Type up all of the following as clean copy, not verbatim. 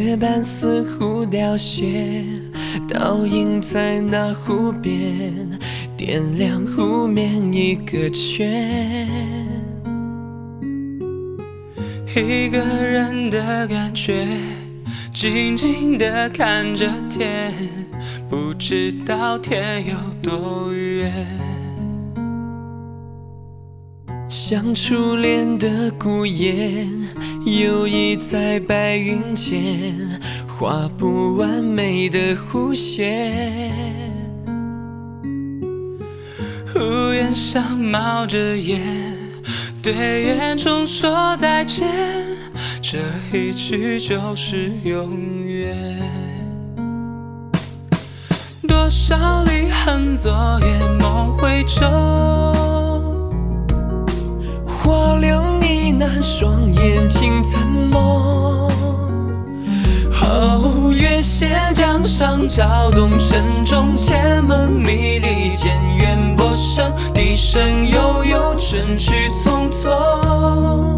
月半似乎凋谢，倒映在那湖边，点亮湖面一个圈。 一个人的感觉，静静地看着天，不知道天有多远。 像初恋的孤雁，游弋在白云间，画不完美的弧线。 屋檐上冒着烟，对烟囱说再见，这一去就是永远。多少离恨昨夜梦回中， 花凉呢喃，双眼轻残梦。 哦，月斜江上，照动城中，千门迷离间，远波声，笛声悠悠，春去匆匆。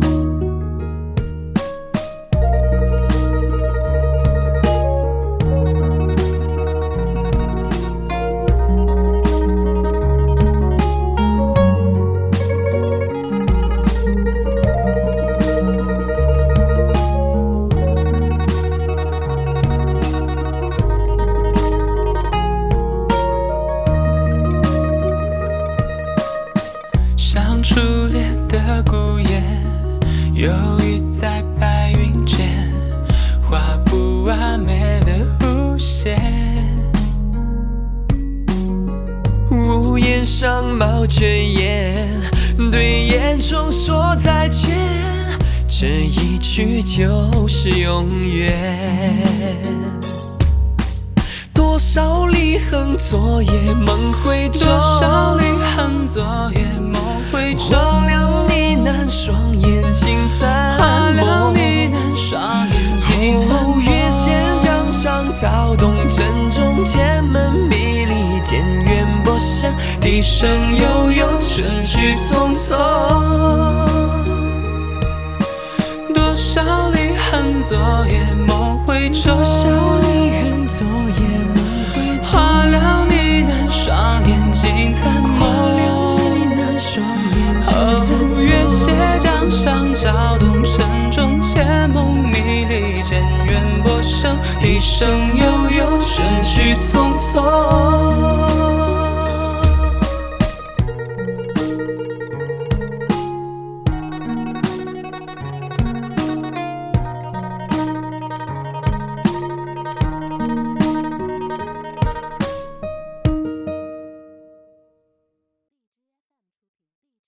像初恋的孤雁，游弋在白云间，画不完美的弧线。 屋檐上冒着烟，对烟囱说再见，这一去就是永远。多少离恨昨夜梦回中， 多少离恨昨夜梦回中。 花凉呢喃，双眼轻残花凉梦。 呢喃，双眼轻残梦。 月斜江上，照动城中，千门迷离间，远波声，笛声悠悠，春去匆匆。 多少离恨昨夜梦回中， 多少离恨昨夜梦回中。 花凉呢喃，双眼轻残梦。哦，月斜江上，照动城中，千梦迷离间，远波声，笛声悠